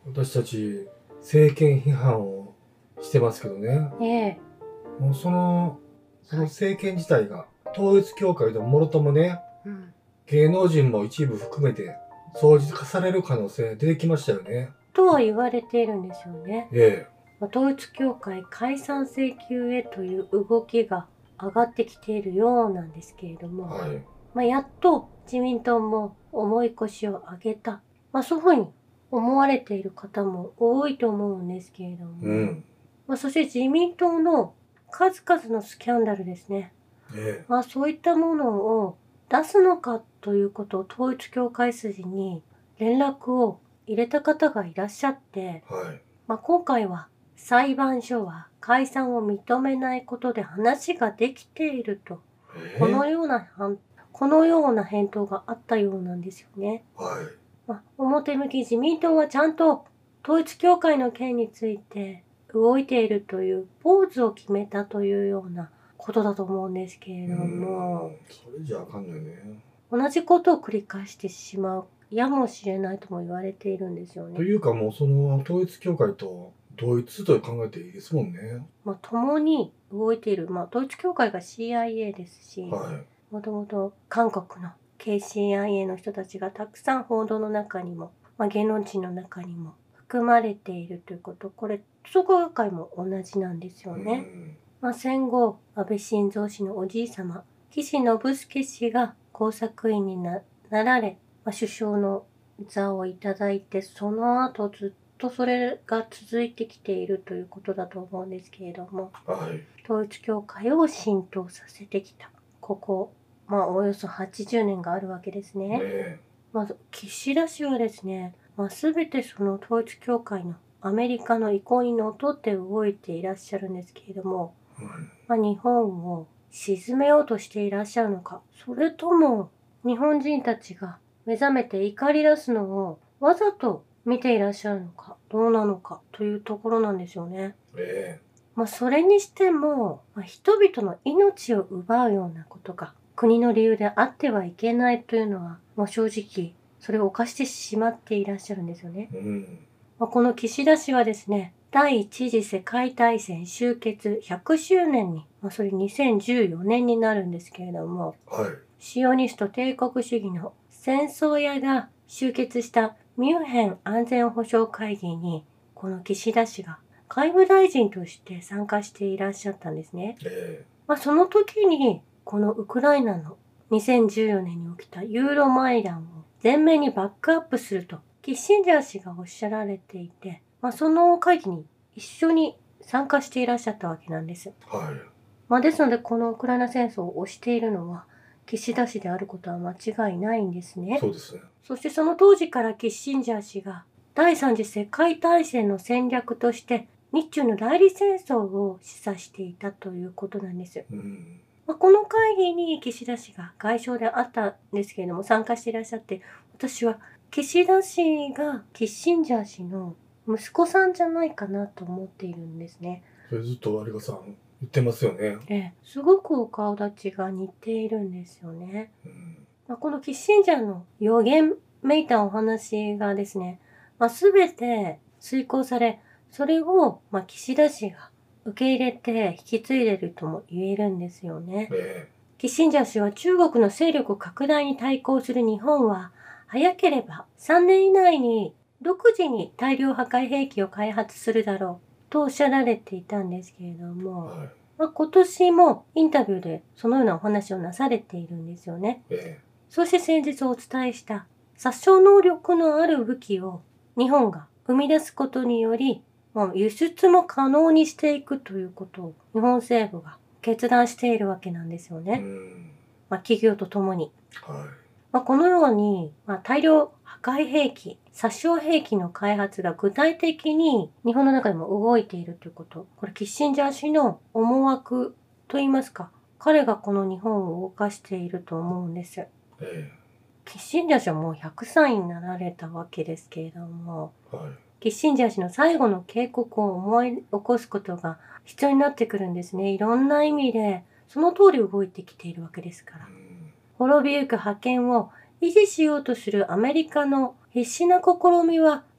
私たち政権批判をしてますけどね。もうその政権自体が統一教会ともろともね、芸能人も一部含めて掃除化される可能性出てきましたよね。 とは言われているんですよね。 ええ。 統一教会解散請求へという動きが上がってきているようなんですけれども、やっと自民党も重い腰を上げた。そういうふうに思われている方も多いと思うんですけれども、そして自民党の数々のスキャンダルですね。そういったものを出すのかということを統一教会筋に連絡を入れた方がいらっしゃって、今回は裁判所は解散を認めないことで話ができていると、このような返答があったようなんですよね。表向き自民党はちゃんと統一教会の件について動いているというポーズを決めたというようなことだと思うんですけれども、 それじゃあかんないね。 同じことを繰り返してしまうやもしれないとも言われているんですよね。 というかもうその統一教会と同一と考えていいですもんね。 共に動いている、統一教会が CIA ですし、もともと韓国の KCIA の人たちがたくさん報道の中にも、芸能人の中にも含まれているということ、これ創価学会も同じなんですよね。戦後安倍晋三氏のおじい様岸信介氏が工作員になられ、首相の座をいただいて、その後ずっとそれが続いてきているということだと思うんですけれども、統一教会を浸透させてきた。ここ、およそ80年があるわけですね。岸田氏はですね、全てその統一教会のアメリカの意向にのっとって動いていらっしゃるんですけれども、日本を沈めようとしていらっしゃるのか、それとも日本人たちが目覚めて怒り出すのをわざと見ていらっしゃるのか、どうなのかというところなんですよね。それにしても、人々の命を奪うようなことが国の理由であってはいけないというのは、正直それを犯してしまっていらっしゃるんですよね。この岸田氏はですね、第一次世界大戦終結100周年に、それ2014年になるんですけれども、シオニスト帝国主義の戦争屋が集結したミュンヘン安全保障会議に、この岸田氏が外務大臣として参加していらっしゃったんですね。その時に、このウクライナの2014年に起きたユーロマイダンを全面にバックアップすると、キッシンジャー氏がおっしゃられていて、その会議に一緒に参加していらっしゃったわけなんです。ですので、このウクライナ戦争を推しているのは、岸田氏であることは間違いないんですね。そしてその当時からキッシンジャー氏が、第三次世界大戦の戦略として、日中の代理戦争を示唆していたということなんです。この会議に岸田氏が外相であったんですけれども、参加していらっしゃって、私は岸田氏がキッシンジャー氏の息子さんじゃないかなと思っているんですね。 それずっと有賀さん言ってますよね。 すごくお顔立ちが似ているんですよね。このキッシンジャーの予言めいたお話がですね、全て遂行され、それを岸田氏が受け入れて引き継いでいるとも言えるんですよね。キッシンジャー氏は中国の勢力拡大に対抗する日本は、早ければ3年以内に独自に大量破壊兵器を開発するだろうとおっしゃられていたんですけれども、今年もインタビューでそのようなお話をなされているんですよね。そして先日お伝えした殺傷能力のある武器を日本が生み出すことにより、輸出も可能にしていくということを日本政府が決断しているわけなんですよね。企業とともに。このように、大量破壊兵器、殺傷兵器の開発が具体的に日本の中でも動いているということ。これキッシンジャー氏の思惑といいますか、彼がこの日本を動かしていると思うんです。キッシンジャー氏はもう100歳になられたわけですけれども、キッシンジャー氏の最後の警告を思い起こすことが必要になってくるんですね。いろんな意味でその通り動いてきているわけですから。滅びゆく覇権を維持しようとするアメリカの必死な試みは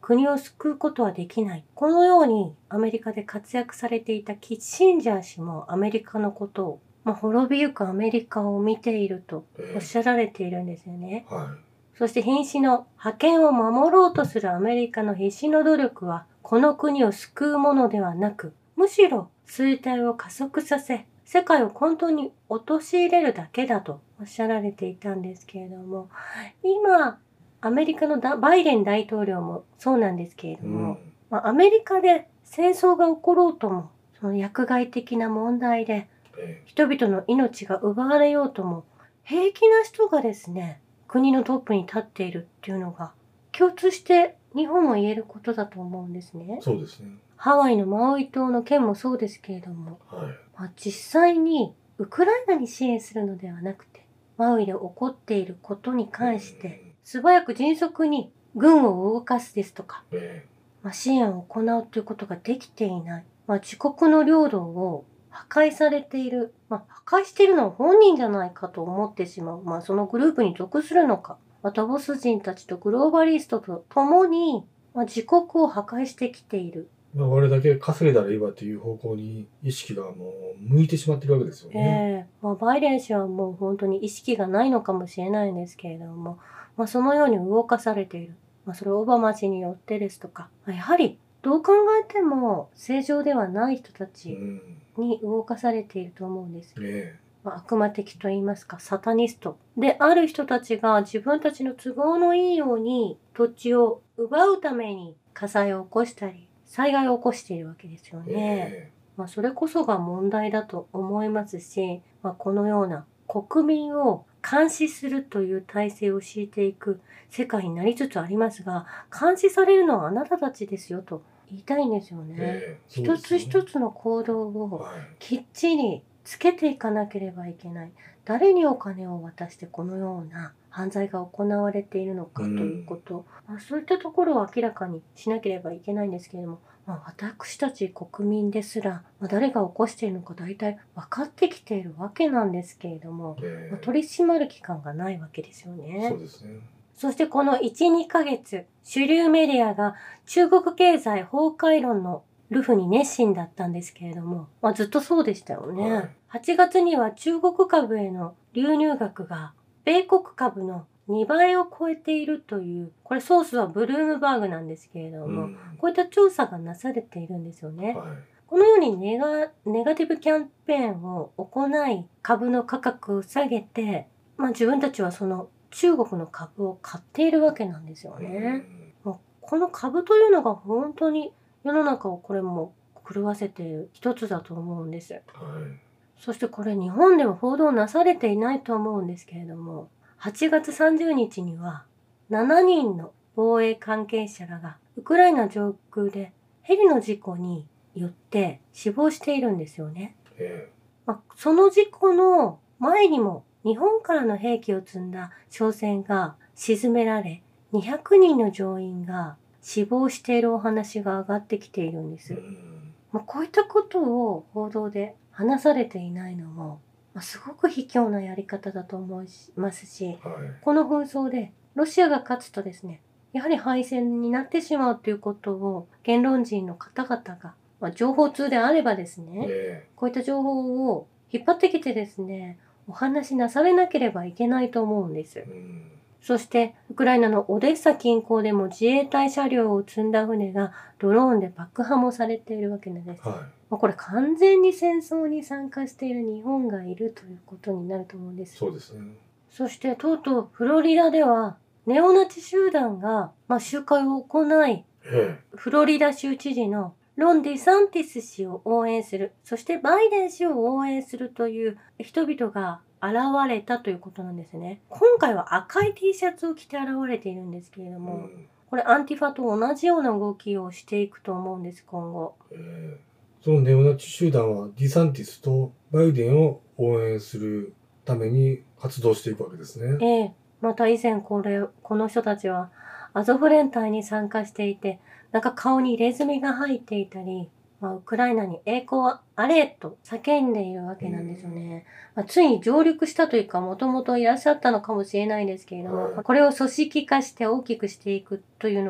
国を救うことはできない。このようにアメリカで活躍されていたキッシンジャー氏もアメリカのことを、滅びゆくアメリカを見ているとおっしゃられているんですよね。そして瀕死の覇権を守ろうとするアメリカの必死の努力は、この国を救うものではなく、むしろ衰退を加速させ、世界を混沌に陥れるだけだとおっしゃられていたんですけれども、今、アメリカのバイデン大統領もそうなんですけれども、アメリカで戦争が起ころうとも、その薬害的な問題で、人々の命が奪われようとも、平気な人がですね、国のトップに立っているっていうのが、共通して日本も言えることだと思うんですね。 そうですね。 ハワイのマウイ島の件もそうですけれども、実際にウクライナに支援するのではなくて、マウイで起こっていることに関して、素早く迅速に軍を動かすですとか、支援を行うということができていない。自国の領土を破壊されている。破壊しているのは本人じゃないかと思ってしまう。そのグループに属するのか。ダボス人たちとグローバリストと共に、自国を破壊してきている。 我々だけ稼いだらいいわという方向に意識がもう向いてしまってるわけですよね。 バイデン氏はもう本当に意識がないのかもしれないんですけれども、そのように動かされている。それはオバマ氏によってですとか、やはりどう考えても正常ではない人たちに動かされていると思うんです。悪魔的と言いますか、サタニストである人たちが自分たちの都合のいいように土地を奪うために火災を起こしたり、災害を起こしているわけですよね。それこそが問題だと思いますし、このような国民を監視するという体制を敷いていく世界になりつつありますが、監視されるのはあなたたちですよと言いたいんですよね。一つ一つの行動をきっちりつけていかなければいけない。誰にお金を渡してこのような犯罪が行われているのかということ、そういったところを明らかにしなければいけないんですけれども、私たち国民ですら、誰が起こしているのか大体分かってきているわけなんですけれども、取り締まる機関がないわけですよね。 そうですね。 そしてこの1、2ヶ月、主流メディアが中国経済崩壊論のルフに熱心だったんですけれども、ずっとそうでしたよね。8月には中国株への流入額が米国株の2倍を超えているという、これソースはブルームバーグなんですけれども、こういった調査がなされているんですよね。このようにネガティブキャンペーンを行い、株の価格を下げて、自分たちはその中国の株を買っているわけなんですよね。この株というのが本当に世の中をこれも狂わせている一つだと思うんです。そしてこれ日本では報道なされていないと思うんですけれども、8月30日には7人の防衛関係者らがウクライナ上空でヘリの事故によって死亡しているんですよね。その事故の前にも日本からの兵器を積んだ商船が沈められ、200人の乗員が死亡しているお話が上がってきているんです。こういったことを報道で話されていないのも、すごく卑怯なやり方だと思いますし、この紛争でロシアが勝つとですね、やはり敗戦になってしまうということを言論人の方々が、情報通であればですね、こういった情報を引っ張ってきてですね、お話しなされなければいけないと思うんです。そして、ウクライナのオデッサ近郊でも自衛隊車両を積んだ船がドローンで爆破もされているわけなんです。これ完全に戦争に参加している日本がいるということになると思うんです。 そうですね。 そして、とうとうフロリダでは、ネオナチ集団が、集会を行い、フロリダ州知事のロン・ディサンティス氏を応援する、そしてバイデン氏を応援するという人々が現れたということなんですね。今回は赤い T シャツを着て現れているんですけれども、これアンティファと同じような動きをしていくと思うんです、今後。 そのネオナチ集団はディサンティスとバイデンを応援するために活動していくわけですね。 また以前この人たちはアゾフ連隊に参加していて、顔に入れ墨が入っていたり、ウクライナに栄光あれと叫んでいるわけなんですよね。ついに上陸したというか、もともといらっしゃったのかもしれないんですけれども、これを組織化して大きくしていくというのが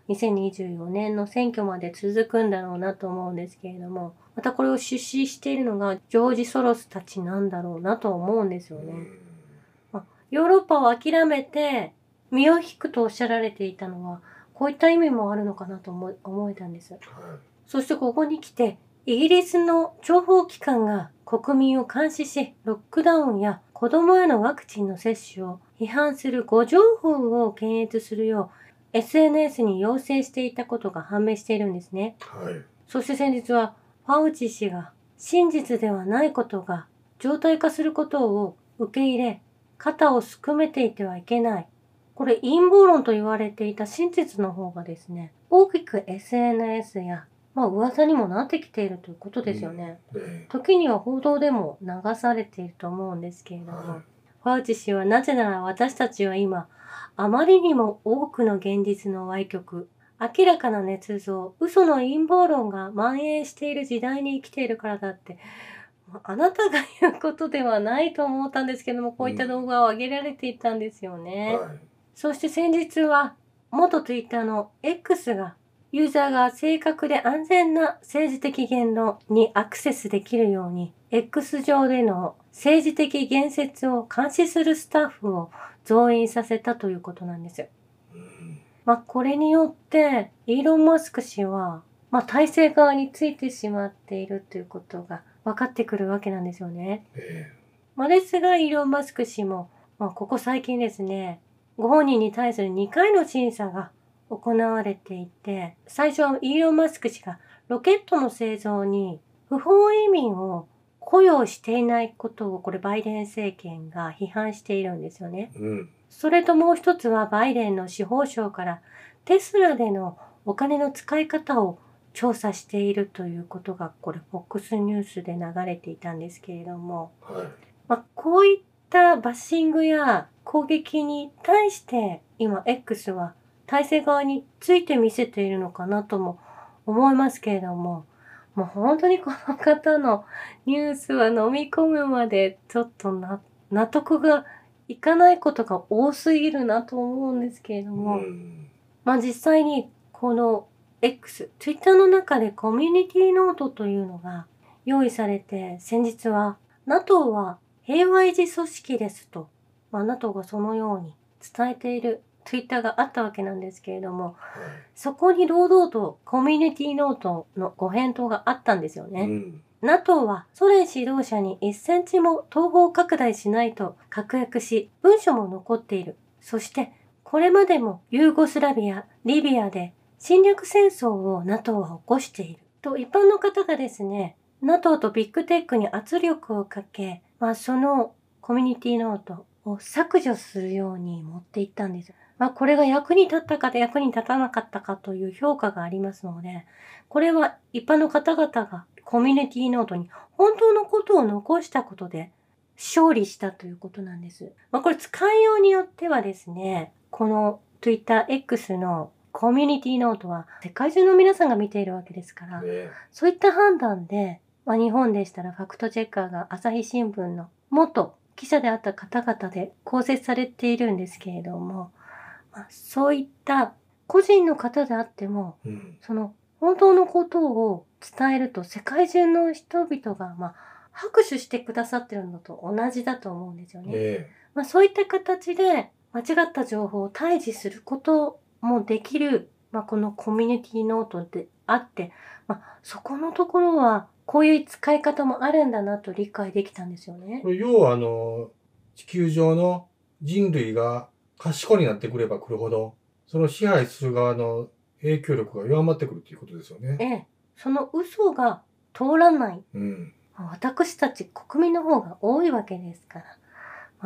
2024年の選挙まで続くんだろうなと思うんですけれども、またこれを出資しているのがジョージ・ソロスたちなんだろうなと思うんですよね。ヨーロッパを諦めて身を引くとおっしゃられていたのは、こういった意味もあるのかなと思えたんです。そしてここに来て、イギリスの情報機関が国民を監視し、ロックダウンや子供へのワクチンの接種を批判する誤情報を検閲するよう SNS に要請していたことが判明しているんですね。そして先日はファウチ氏が真実ではないことが常態化することを受け入れ、肩をすくめていてはいけない。これ陰謀論と言われていた真実の方がですね、大きく SNS や噂にもなってきているということですよね。時には報道でも流されていると思うんですけれども、ファウチ氏はなぜなら私たちは今、あまりにも多くの現実の歪曲、明らかな捏造、嘘の陰謀論が蔓延している時代に生きているからだって、あなたが言うことではないと思ったんですけども、こういった動画を上げられていたんですよね。そして先日は、元 Twitter の X が、ユーザーが正確で安全な政治的言論にアクセスできるように、X 上での政治的言説を監視するスタッフを増員させたということなんです。これによって、イーロン・マスク氏は、体制側についてしまっているということが分かってくるわけなんですよね。ですが、イーロン・マスク氏も、ここ最近ですね、ご本人に対する2回の審査が行われていて、最初はイーロン・マスク氏がロケットの製造に不法移民を雇用していないことをこれバイデン政権が批判しているんですよね。それともう一つはバイデンの司法省からテスラでのお金の使い方を調査しているということがこれ FOX ニュースで流れていたんですけれども、こういったバッシングや攻撃に対して今 X は体制側について見せているのかなとも思いますけれども、もう本当にこの方のニュースは飲み込むまでちょっと納得がいかないことが多すぎるなと思うんですけれども、実際にこの Twitter の中でコミュニティノートというのが用意されて、先日は NATO は平和維持組織ですと、NATO がそのように伝えているツイッターがあったわけなんですけれども、そこに堂々とコミュニティノートのご返答があったんですよね。NATO はソ連指導者に1センチも東方拡大しないと確約し、文書も残っている。そして、これまでもユーゴスラビア、リビアで侵略戦争を NATO は起こしている。と一般の方がですね、NATO とビッグテックに圧力をかけ、そのコミュニティノートを削除するように持っていったんです。これが役に立ったか役に立たなかったかという評価がありますので、これは一般の方々がコミュニティノートに本当のことを残したことで勝利したということなんです。これ使いようによってはですね、この Twitter X のコミュニティノートは世界中の皆さんが見ているわけですから、そういった判断で、日本でしたらファクトチェッカーが朝日新聞の元記者であった方々で構成されているんですけれども、そういった個人の方であっても、その本当のことを伝えると世界中の人々が拍手してくださってるのと同じだと思うんですよね。そういった形で間違った情報を対峙することもできる、このコミュニティノートであって、そこのところはこういう使い方もあるんだなと理解できたんですよね。 これ要は地球上の人類が賢になってくればくるほど、その支配する側の影響力が弱まってくるということですよね。 その嘘が通らない。私たち国民の方が多いわけですから。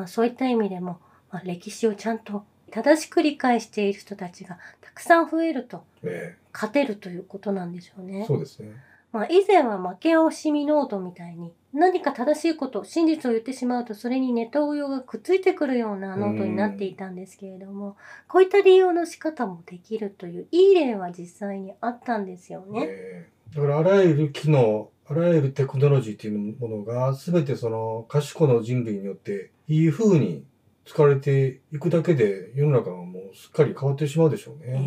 そういった意味でも、歴史をちゃんと正しく理解している人たちがたくさん増えると、勝てるということなんでしょうね。 そうですね。 以前は負け惜しみノートみたいに何か正しいこと、真実を言ってしまうとそれにネタ応用がくっついてくるようなノートになっていたんですけれども、こういった利用の仕方もできるといういい例は実際にあったんですよね。 だからあらゆる機能、あらゆるテクノロジーというものが全てその賢の人類によっていい風に使われていくだけで世の中がもうすっかり変わってしまうでしょうね。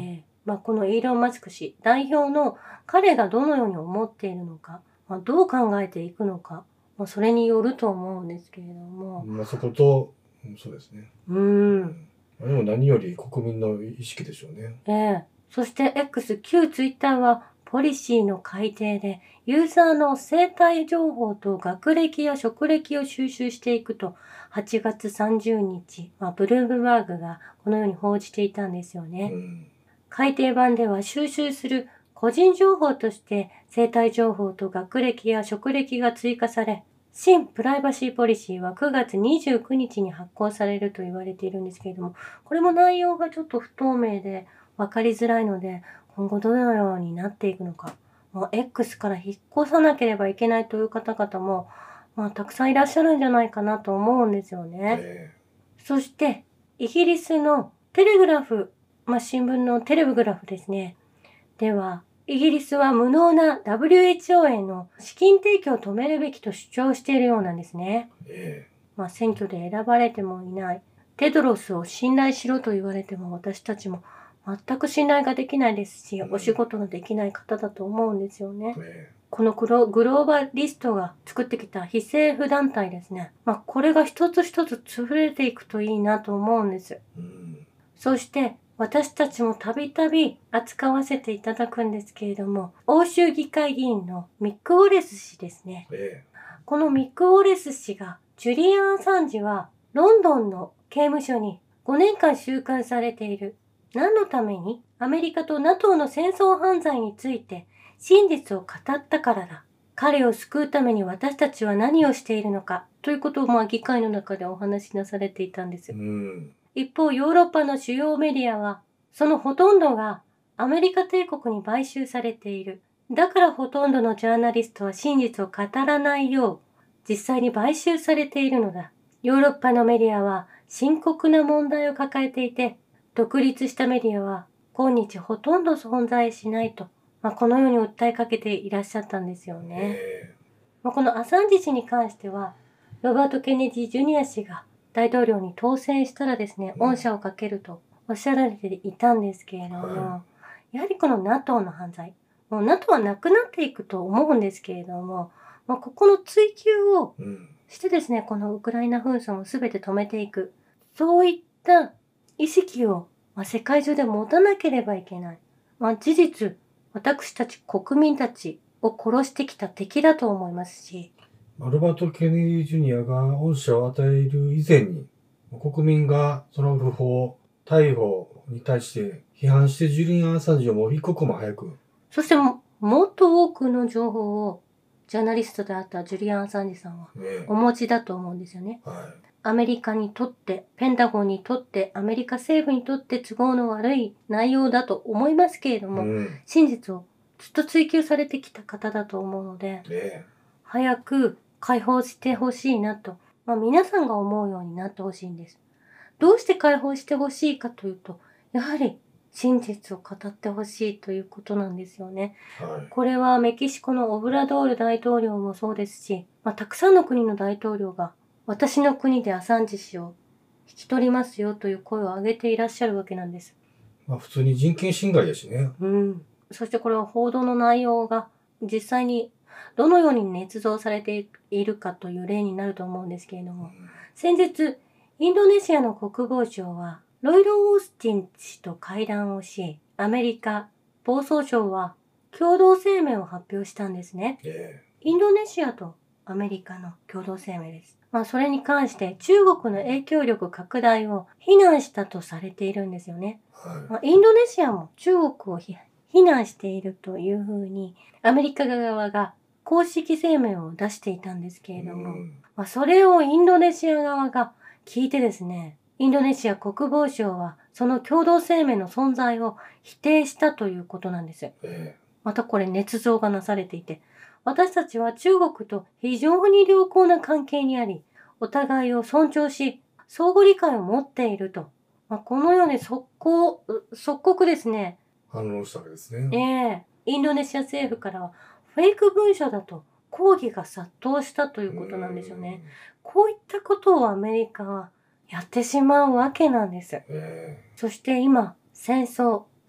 このイーロン・マスク氏、代表の彼がどのように思っているのか、どう考えていくのか、それによると思うんですけれども。 そこと、そうですね。でも何より国民の意識でしょうね。 そして X、旧ツイッターは、ポリシーの改定で、ユーザーの生体情報と学歴や職歴を収集していくと、8月30日、ブルームバーグがこのように報じていたんですよね。改訂版では収集する個人情報として生体情報と学歴や職歴が追加され、新プライバシーポリシーは9月29日に発行されると言われているんですけれども、これも内容がちょっと不透明で分かりづらいので、今後どのようになっていくのか。X から引っ越さなければいけないという方々も、たくさんいらっしゃるんじゃないかなと思うんですよね。そして、イギリスのテレグラフ、新聞のテレグラフですね。では、イギリスは無能な WHO への資金提供を止めるべきと主張しているようなんですね。選挙で選ばれてもいないテドロスを信頼しろと言われても私たちも全く信頼ができないですし、お仕事のできない方だと思うんですよね。このグローバリストが作ってきた非政府団体ですね。これが一つ一つ潰れていくといいなと思うんです。そして、私たちもたびたび扱わせていただくんですけれども、欧州議会議員のミック・ウォレス氏ですね。このミック・ウォレス氏が、ジュリアン・アサンジはロンドンの刑務所に5年間収監されている。何のためにアメリカと NATO の戦争犯罪について真実を語ったからだ。彼を救うために私たちは何をしているのかということを議会の中でお話しなされていたんです。一方、ヨーロッパの主要メディアは、そのほとんどがアメリカ帝国に買収されている。だからほとんどのジャーナリストは真実を語らないよう、実際に買収されているのだ。ヨーロッパのメディアは深刻な問題を抱えていて、独立したメディアは今日ほとんど存在しないと、このように訴えかけていらっしゃったんですよね。このアサンジ氏に関しては、ロバート・ケネディ・ジュニア氏が大統領に当選したらですね、恩赦をかけるとおっしゃられていたんですけれども、やはりこの NATO の犯罪、NATO はなくなっていくと思うんですけれども、ここの追及をしてですね、このウクライナ紛争を全て止めていく。そういった意識を、世界中で持たなければいけない。事実、私たち国民たちを殺してきた敵だと思いますし、 ロバート・ケネディ・ジュニアが恩赦を与える以前に、国民がその不法、逮捕に対して批判してジュリアン・アサンジをもう一刻も早く。 そしてもっと多くの情報をジャーナリストであったジュリアン・アサンジさんはお持ちだと思うんですよね。アメリカにとって、ペンタゴンにとって、アメリカ政府にとって都合の悪い内容だと思いますけれども、真実をずっと追求されてきた方だと思うので、早く解放してほしいなと、皆さんが思うようになってほしいんです。どうして解放してほしいかというと、やはり真実を語ってほしいということなんですよね。これはメキシコのオブラドール大統領もそうですし、たくさんの国の大統領が私の国でアサンジ氏を引き取りますよという声を上げていらっしゃるわけなんです。 普通に人権侵害だしね。 そしてこれは報道の内容が実際にどのように捏造されているかという例になると思うんですけれども、先日、インドネシアの国防省はロイド・オースティン氏と会談をし、アメリカ、防総省は共同声明を発表したんですね。インドネシアとアメリカの共同声明です。それに関して中国の影響力拡大を非難したとされているんですよね。インドネシアも中国を非難しているというふうにアメリカ側が公式声明を出していたんですけれども、それをインドネシア側が聞いてですね、インドネシア国防省はその共同声明の存在を否定したということなんです。またこれ捏造がなされていて、私たちは中国と非常に良好な関係にあり、お互いを尊重し、相互理解を持っていると。このように即刻ですね。 反論したわけですね。 インドネシア政府からはフェイク文書だと抗議が殺到したということなんですよね。こういったことをアメリカはやってしまうわけなんです。そして今、戦争、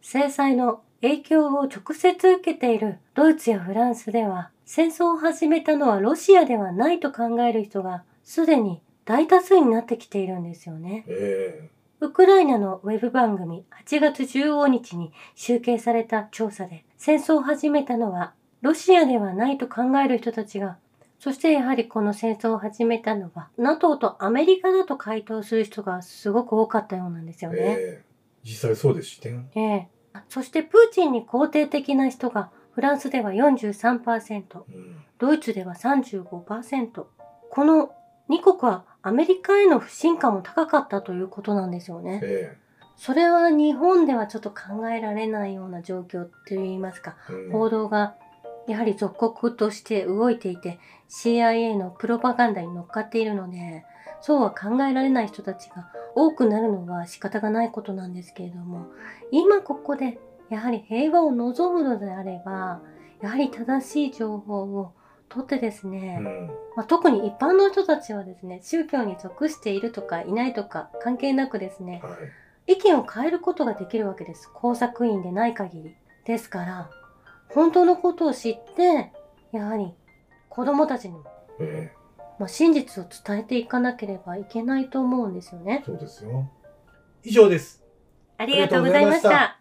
制裁の影響を直接受けているドイツやフランスでは、戦争を始めたのはロシアではないと考える人がすでに大多数になってきているんですよね。ウクライナのウェブ番組8月15日に集計された調査で、戦争を始めたのはロシアではないと考える人たちが、そしてやはりこの戦争を始めたのは NATO とアメリカだと回答する人がすごく多かったようなんですよね。 実際そうですしね。 そしてプーチンに肯定的な人がフランスでは 43%、ドイツでは 35%。この2国はアメリカへの不信感も高かったということなんですよね。それは日本ではちょっと考えられないような状況といいますか、報道がやはり属国として動いていて CIA のプロパガンダに乗っかっているので、そうは考えられない人たちが多くなるのは仕方がないことなんですけれども、今ここでやはり平和を望むのであれば、やはり正しい情報をとってですね、特に一般の人たちはですね、宗教に属しているとかいないとか関係なくですね、意見を変えることができるわけです。工作員でない限り。ですから、本当のことを知って、やはり子供たちにも、真実を伝えていかなければいけないと思うんですよね。 そうですよ。以上です。 ありがとうございました。